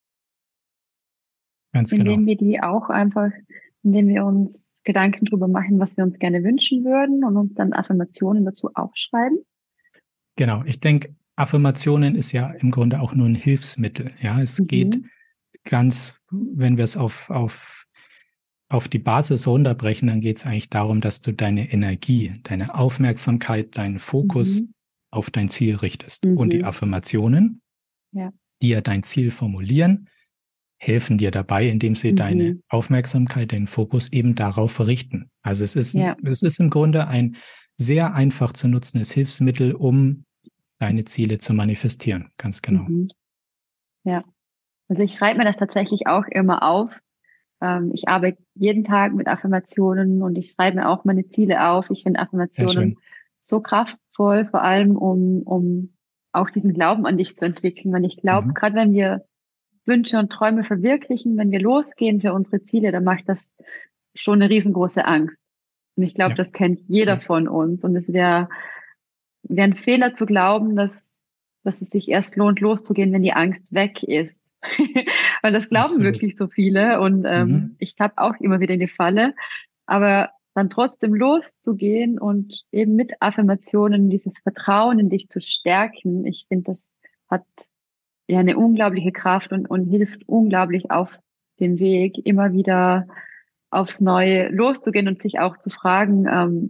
Ganz indem genau. wir die auch einfach, indem wir uns Gedanken darüber machen, was wir uns gerne wünschen würden und uns dann Affirmationen dazu aufschreiben. Genau. Ich denke, Affirmationen ist ja im Grunde auch nur ein Hilfsmittel. Ja, es mhm. geht ganz, wenn wir es auf, auf auf die Basis runterbrechen, dann geht es eigentlich darum, dass du deine Energie, deine Aufmerksamkeit, deinen Fokus mhm. auf dein Ziel richtest. Mhm. Und die Affirmationen, ja. die ja dein Ziel formulieren, helfen dir dabei, indem sie mhm. deine Aufmerksamkeit, deinen Fokus eben darauf richten. Also es ist, ja. es ist im Grunde ein sehr einfach zu nutzendes Hilfsmittel, um deine Ziele zu manifestieren. Ganz genau. Mhm. Ja, also ich schreibe mir das tatsächlich auch immer auf. Ich arbeite jeden Tag mit Affirmationen und ich schreibe mir auch meine Ziele auf. Ich finde Affirmationen so kraftvoll, vor allem um, um auch diesen Glauben an dich zu entwickeln. Weil ich glaube, mhm. gerade wenn wir Wünsche und Träume verwirklichen, wenn wir losgehen für unsere Ziele, dann macht das schon eine riesengroße Angst. Und ich glaube, ja. das kennt jeder ja. von uns. Und es wäre wär ein Fehler zu glauben, dass, dass es sich erst lohnt, loszugehen, wenn die Angst weg ist. Weil das glauben Absolut. Wirklich so viele und ähm, mhm. ich tappe auch immer wieder in die Falle, aber dann trotzdem loszugehen und eben mit Affirmationen dieses Vertrauen in dich zu stärken, ich finde, das hat ja eine unglaubliche Kraft und, und hilft unglaublich auf dem Weg, immer wieder aufs Neue loszugehen und sich auch zu fragen, ähm,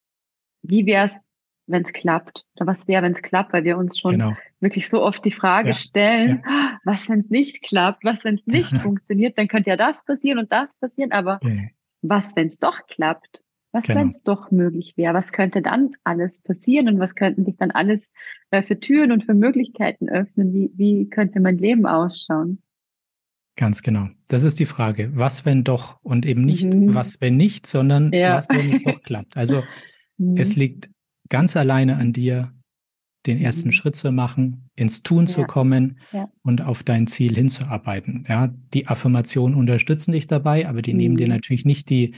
wie wäre es, wenn es klappt, oder was wäre, wenn es klappt, weil wir uns schon genau. wirklich so oft die Frage ja. stellen, ja. was, wenn es nicht klappt, was, wenn es nicht funktioniert, dann könnte ja das passieren und das passieren, aber ja. was, wenn es doch klappt, was, genau. wenn es doch möglich wäre, was könnte dann alles passieren und was könnten sich dann alles äh, für Türen und für Möglichkeiten öffnen, wie, wie könnte mein Leben ausschauen? Ganz genau. Das ist die Frage, was, wenn doch und eben nicht, mhm. was, wenn nicht, sondern ja. was, wenn es doch klappt. Also mhm. es liegt ganz alleine an dir, den ersten mhm. Schritt zu machen, ins Tun ja. zu kommen ja. und auf dein Ziel hinzuarbeiten. Ja, die Affirmationen unterstützen dich dabei, aber die mhm. nehmen dir natürlich nicht die,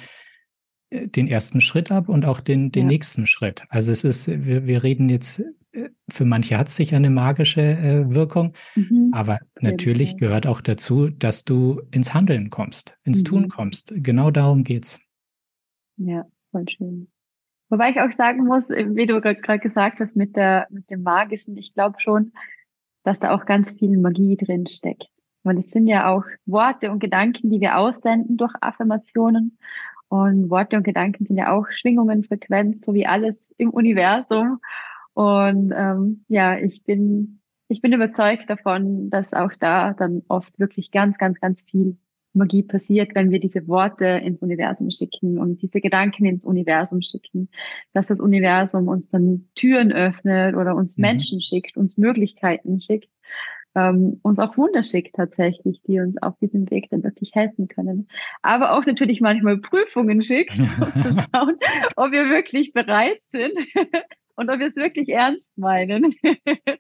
den ersten Schritt ab und auch den, den ja. nächsten Schritt. Also es ist, wir, wir reden jetzt, für manche hat es sicher eine magische äh, Wirkung, mhm. aber natürlich ja. gehört auch dazu, dass du ins Handeln kommst, ins mhm. Tun kommst. Genau darum geht's. Ja, voll schön. Wobei ich auch sagen muss, wie du gerade gesagt hast, mit der, mit dem Magischen, ich glaube schon, dass da auch ganz viel Magie drin steckt. Weil es sind ja auch Worte und Gedanken, die wir aussenden durch Affirmationen. Und Worte und Gedanken sind ja auch Schwingungen, Frequenz, so wie alles im Universum. Und ähm, ja, ich bin, ich bin überzeugt davon, dass auch da dann oft wirklich ganz, ganz, ganz viel Magie passiert, wenn wir diese Worte ins Universum schicken und diese Gedanken ins Universum schicken, dass das Universum uns dann Türen öffnet oder uns mhm. Menschen schickt, uns Möglichkeiten schickt, ähm, uns auch Wunder schickt tatsächlich, die uns auf diesem Weg dann wirklich helfen können. Aber auch natürlich manchmal Prüfungen schickt, um zu schauen, ob wir wirklich bereit sind und ob wir es wirklich ernst meinen.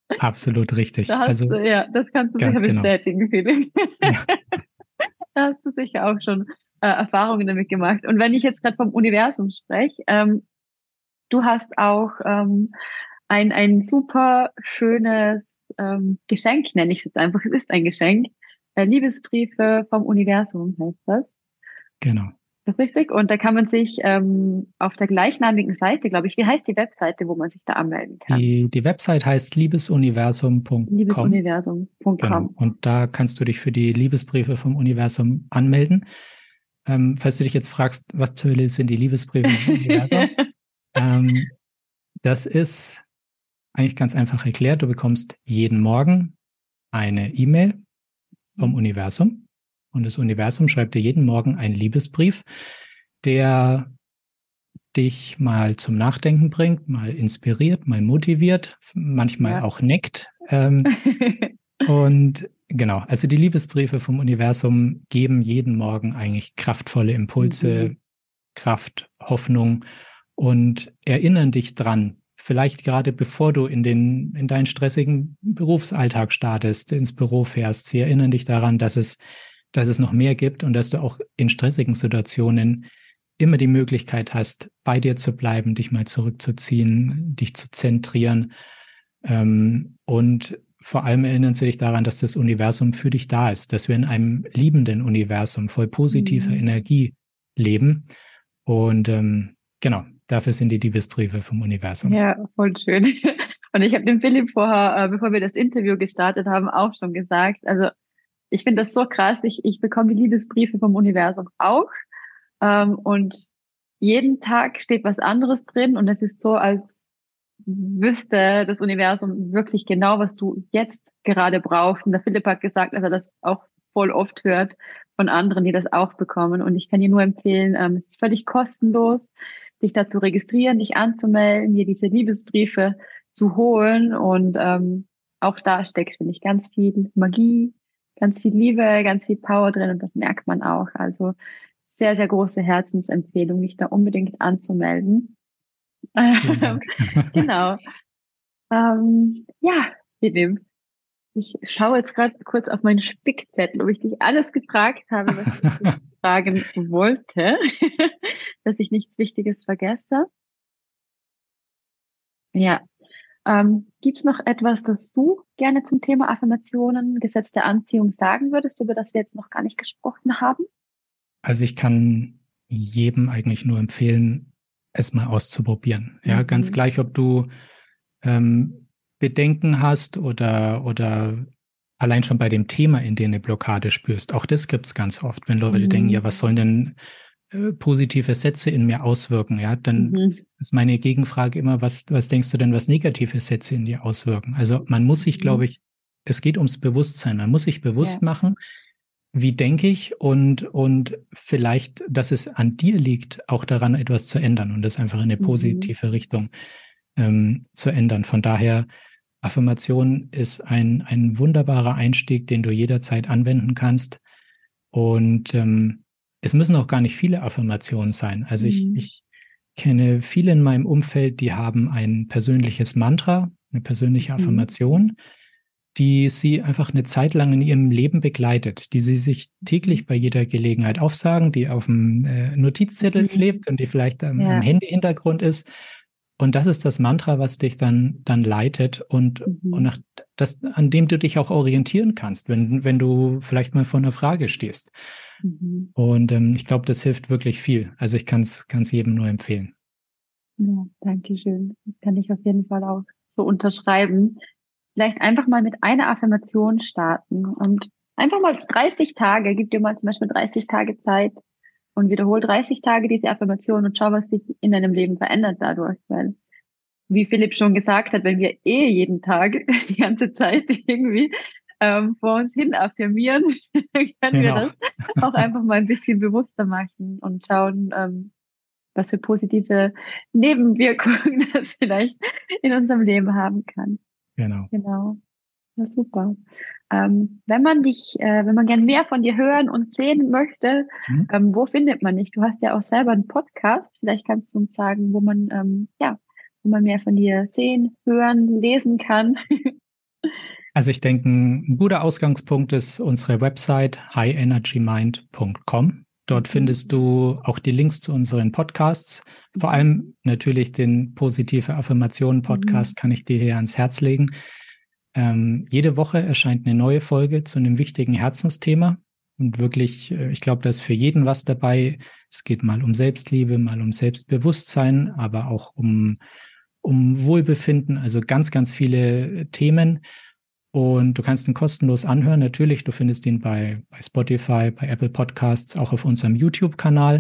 Absolut richtig. Da hast Also du, ja, das kannst du sicher ganz genau. bestätigen, Felix. Ja, Da hast du sicher auch schon äh, Erfahrungen damit gemacht. Und wenn ich jetzt gerade vom Universum spreche, ähm, du hast auch ähm, ein, ein super schönes ähm, Geschenk, nenne ich es jetzt einfach. Es ist ein Geschenk. Äh, Liebesbriefe vom Universum heißt das. genau. Das ist richtig. Und da kann man sich ähm, auf der gleichnamigen Seite, glaube ich, wie heißt die Webseite, wo man sich da anmelden kann? Die, die Website heißt liebesuniversum punkt com. liebesuniversum punkt Genau. com. Und da kannst du dich für die Liebesbriefe vom Universum anmelden. Ähm, falls du dich jetzt fragst, was zur Hölle sind die Liebesbriefe vom Universum? ähm, das ist eigentlich ganz einfach erklärt. Du bekommst jeden Morgen eine E-Mail vom Universum. Und das Universum schreibt dir jeden Morgen einen Liebesbrief, der dich mal zum Nachdenken bringt, mal inspiriert, mal motiviert, manchmal Ja. auch neckt. Ähm, und genau, also die Liebesbriefe vom Universum geben jeden Morgen eigentlich kraftvolle Impulse, Mhm. Kraft, Hoffnung und erinnern dich dran, vielleicht gerade bevor du in den, in deinen stressigen Berufsalltag startest, ins Büro fährst. Sie erinnern dich daran, dass es, dass es noch mehr gibt und dass du auch in stressigen Situationen immer die Möglichkeit hast, bei dir zu bleiben, dich mal zurückzuziehen, dich zu zentrieren. Ähm, und vor allem erinnern sie dich daran, dass das Universum für dich da ist, dass wir in einem liebenden Universum voll positiver Mhm. Energie leben. Und ähm, genau, dafür sind die Liebesbriefe vom Universum. Ja, voll schön. Und ich habe dem Philipp vorher, äh, bevor wir das Interview gestartet haben, auch schon gesagt, also ich finde das so krass, ich, ich bekomme die Liebesbriefe vom Universum auch. Ähm, und jeden Tag steht was anderes drin und es ist so, als wüsste das Universum wirklich genau, was du jetzt gerade brauchst. Und der Philipp hat gesagt, dass er das auch voll oft hört von anderen, die das auch bekommen. Und ich kann dir nur empfehlen, ähm, es ist völlig kostenlos, dich da zu registrieren, dich anzumelden, dir diese Liebesbriefe zu holen. Und ähm, auch da steckt, finde ich, ganz viel Magie, ganz viel Liebe, ganz viel Power drin und das merkt man auch. Also sehr, sehr große Herzensempfehlung, dich da unbedingt anzumelden. Vielen Dank. Genau. Ähm, ja, Philipp, ich schaue jetzt gerade kurz auf meinen Spickzettel, ob ich dich alles gefragt habe, was ich dich fragen wollte, dass ich nichts Wichtiges vergesse. Ja. Ähm, gibt's noch etwas, das du gerne zum Thema Affirmationen, Gesetz der Anziehung sagen würdest, über das wir jetzt noch gar nicht gesprochen haben? Also ich kann jedem eigentlich nur empfehlen, es mal auszuprobieren. Ja, Mhm. ganz gleich, ob du ähm, Bedenken hast oder, oder allein schon bei dem Thema in dir eine Blockade spürst. Auch das gibt's ganz oft, wenn Leute Mhm. denken, ja, was sollen denn äh, positive Sätze in mir auswirken? Ja, dann Mhm. ist meine Gegenfrage immer, was, was denkst du denn, was negative Sätze in dir auswirken? Also man muss sich, Mhm. glaube ich, es geht ums Bewusstsein. Man muss sich bewusst Ja. machen, wie denke ich und, und vielleicht, dass es an dir liegt, auch daran etwas zu ändern und das einfach in eine Mhm. positive Richtung ähm, zu ändern. Von daher, Affirmation ist ein, ein wunderbarer Einstieg, den du jederzeit anwenden kannst. Und ähm, es müssen auch gar nicht viele Affirmationen sein. Also ich, Mhm. ich kenne viele in meinem Umfeld, die haben ein persönliches Mantra, eine persönliche Mhm. Affirmation, die sie einfach eine Zeit lang in ihrem Leben begleitet, die sie sich täglich bei jeder Gelegenheit aufsagen, die auf dem äh, Notizzettel Mhm. klebt und die vielleicht am, Ja. am Handy-Hintergrund ist. Und das ist das Mantra, was dich dann, dann leitet und, Mhm. und nach, das, an dem du dich auch orientieren kannst, wenn, wenn du vielleicht mal vor einer Frage stehst. Mhm. Und ähm, ich glaube, das hilft wirklich viel. Also ich kann es jedem nur empfehlen. Ja, danke schön. Das kann ich auf jeden Fall auch so unterschreiben. Vielleicht einfach mal mit einer Affirmation starten und einfach mal dreißig Tage, gib dir mal zum Beispiel dreißig Tage Zeit und wiederhol dreißig Tage diese Affirmation und schau, was sich in deinem Leben verändert dadurch. Weil, wie Philipp schon gesagt hat, wenn wir eh jeden Tag die ganze Zeit irgendwie ähm, vor uns hin affirmieren, können wir Genau. das auch einfach mal ein bisschen bewusster machen und schauen, ähm, was für positive Nebenwirkungen das vielleicht in unserem Leben haben kann. Genau. Genau. Ja, super. Ähm, wenn man dich, äh, wenn man gern mehr von dir hören und sehen möchte, Hm? ähm, wo findet man dich? Du hast ja auch selber einen Podcast. Vielleicht kannst du uns sagen, wo man, ähm, ja, wo man mehr von dir sehen, hören, lesen kann. Also ich denke, ein guter Ausgangspunkt ist unsere Website high energy mind punkt com. Dort findest du auch die Links zu unseren Podcasts. Vor allem natürlich den Positive Affirmationen Podcast mhm. kann ich dir hier ans Herz legen. Ähm, jede Woche erscheint eine neue Folge zu einem wichtigen Herzensthema. Und wirklich, ich glaube, da ist für jeden was dabei. Es geht mal um Selbstliebe, mal um Selbstbewusstsein, aber auch um, um Wohlbefinden. Also ganz, ganz viele Themen. Und du kannst ihn kostenlos anhören. Natürlich, du findest ihn bei, bei Spotify, bei Apple Podcasts, auch auf unserem YouTube-Kanal.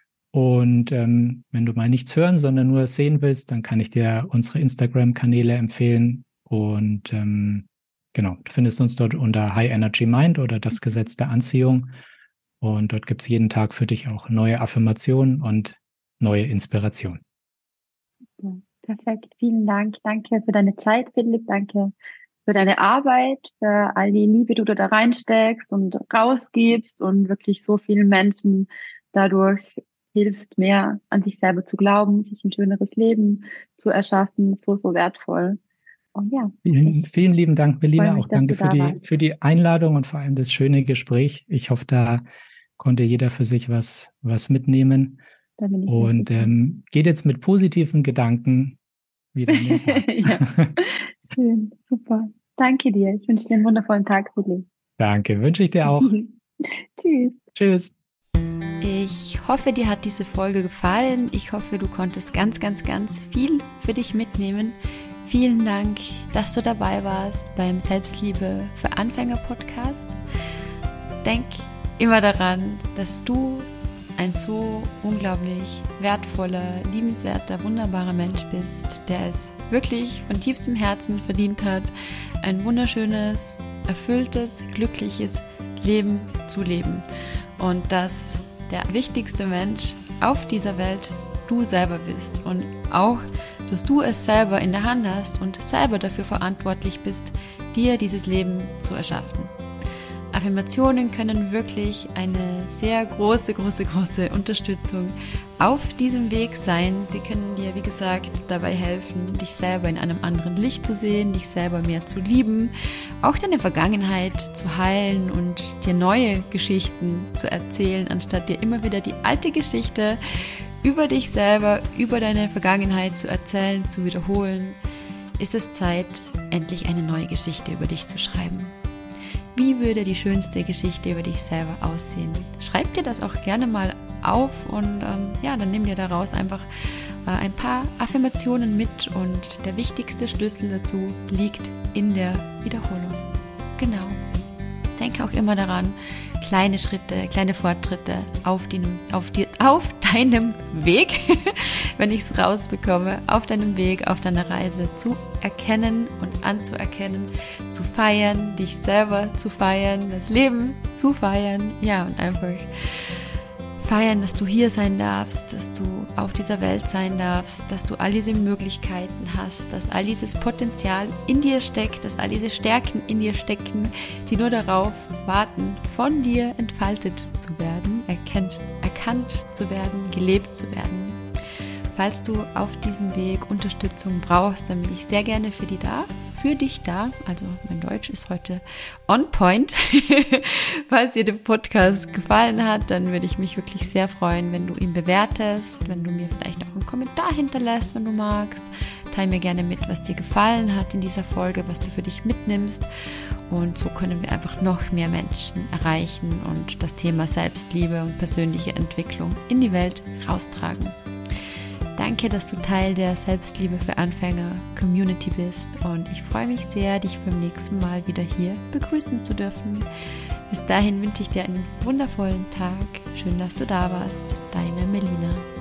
Und ähm, wenn du mal nichts hören, sondern nur sehen willst, dann kann ich dir unsere Instagram-Kanäle empfehlen. Und ähm, genau, du findest uns dort unter High Energy Mind oder das Gesetz der Anziehung. Und dort gibt es jeden Tag für dich auch neue Affirmationen und neue Inspiration. Super, perfekt. Vielen Dank. Danke für deine Zeit, Philipp. Danke für deine Arbeit, für all die Liebe, die du da reinsteckst und rausgibst und wirklich so vielen Menschen dadurch hilfst, mehr an sich selber zu glauben, sich ein schöneres Leben zu erschaffen. So, so wertvoll. Und ja. Vielen, vielen lieben Dank, Melina. Mich, auch danke für die, für die Einladung und vor allem das schöne Gespräch. Ich hoffe, da konnte jeder für sich was, was mitnehmen. Da bin ich und ähm, geht jetzt mit positiven Gedanken wieder in den Tag. Ja. Schön, super. Danke dir. Ich wünsche dir einen wundervollen Tag, Philipp. Danke, wünsche ich dir auch. Tschüss. Tschüss. Ich hoffe, dir hat diese Folge gefallen. Ich hoffe, du konntest ganz, ganz, ganz viel für dich mitnehmen. Vielen Dank, dass du dabei warst beim Selbstliebe für Anfänger Podcast. Denk immer daran, dass du ein so unglaublich wertvoller, liebenswerter, wunderbarer Mensch bist, der es wirklich von tiefstem Herzen verdient hat, ein wunderschönes, erfülltes, glückliches Leben zu leben. Und dass der wichtigste Mensch auf dieser Welt du selber bist und auch, dass du es selber in der Hand hast und selber dafür verantwortlich bist, dir dieses Leben zu erschaffen. Affirmationen können wirklich eine sehr große, große, große Unterstützung auf diesem Weg sein. Sie können dir, wie gesagt, dabei helfen, dich selber in einem anderen Licht zu sehen, dich selber mehr zu lieben, auch deine Vergangenheit zu heilen und dir neue Geschichten zu erzählen, anstatt dir immer wieder die alte Geschichte über dich selber, über deine Vergangenheit zu erzählen, zu wiederholen. Ist es Zeit, endlich eine neue Geschichte über dich zu schreiben. Wie würde die schönste Geschichte über dich selber aussehen? Schreib dir das auch gerne mal auf und ähm, ja, dann nimm dir daraus einfach äh, ein paar Affirmationen mit und der wichtigste Schlüssel dazu liegt in der Wiederholung. Genau. Denke auch immer daran, kleine Schritte, kleine Fortschritte auf, die, auf, die, auf deinem Weg, wenn ich es rausbekomme, auf deinem Weg, auf deiner Reise zu erkennen und anzuerkennen, zu feiern, dich selber zu feiern, das Leben zu feiern, ja, und einfach feiern, dass du hier sein darfst, dass du auf dieser Welt sein darfst, dass du all diese Möglichkeiten hast, dass all dieses Potenzial in dir steckt, dass all diese Stärken in dir stecken, die nur darauf warten, von dir entfaltet zu werden, erkennt, erkannt zu werden, gelebt zu werden. Falls du auf diesem Weg Unterstützung brauchst, dann bin ich sehr gerne für die da, für dich da. Also mein Deutsch ist heute on point. Falls dir der Podcast gefallen hat, dann würde ich mich wirklich sehr freuen, wenn du ihn bewertest, wenn du mir vielleicht auch einen Kommentar hinterlässt, wenn du magst. Teil mir gerne mit, was dir gefallen hat in dieser Folge, was du für dich mitnimmst. Und so können wir einfach noch mehr Menschen erreichen und das Thema Selbstliebe und persönliche Entwicklung in die Welt raustragen. Danke, dass du Teil der Selbstliebe für Anfänger Community bist und ich freue mich sehr, dich beim nächsten Mal wieder hier begrüßen zu dürfen. Bis dahin wünsche ich dir einen wundervollen Tag. Schön, dass du da warst. Deine Melina.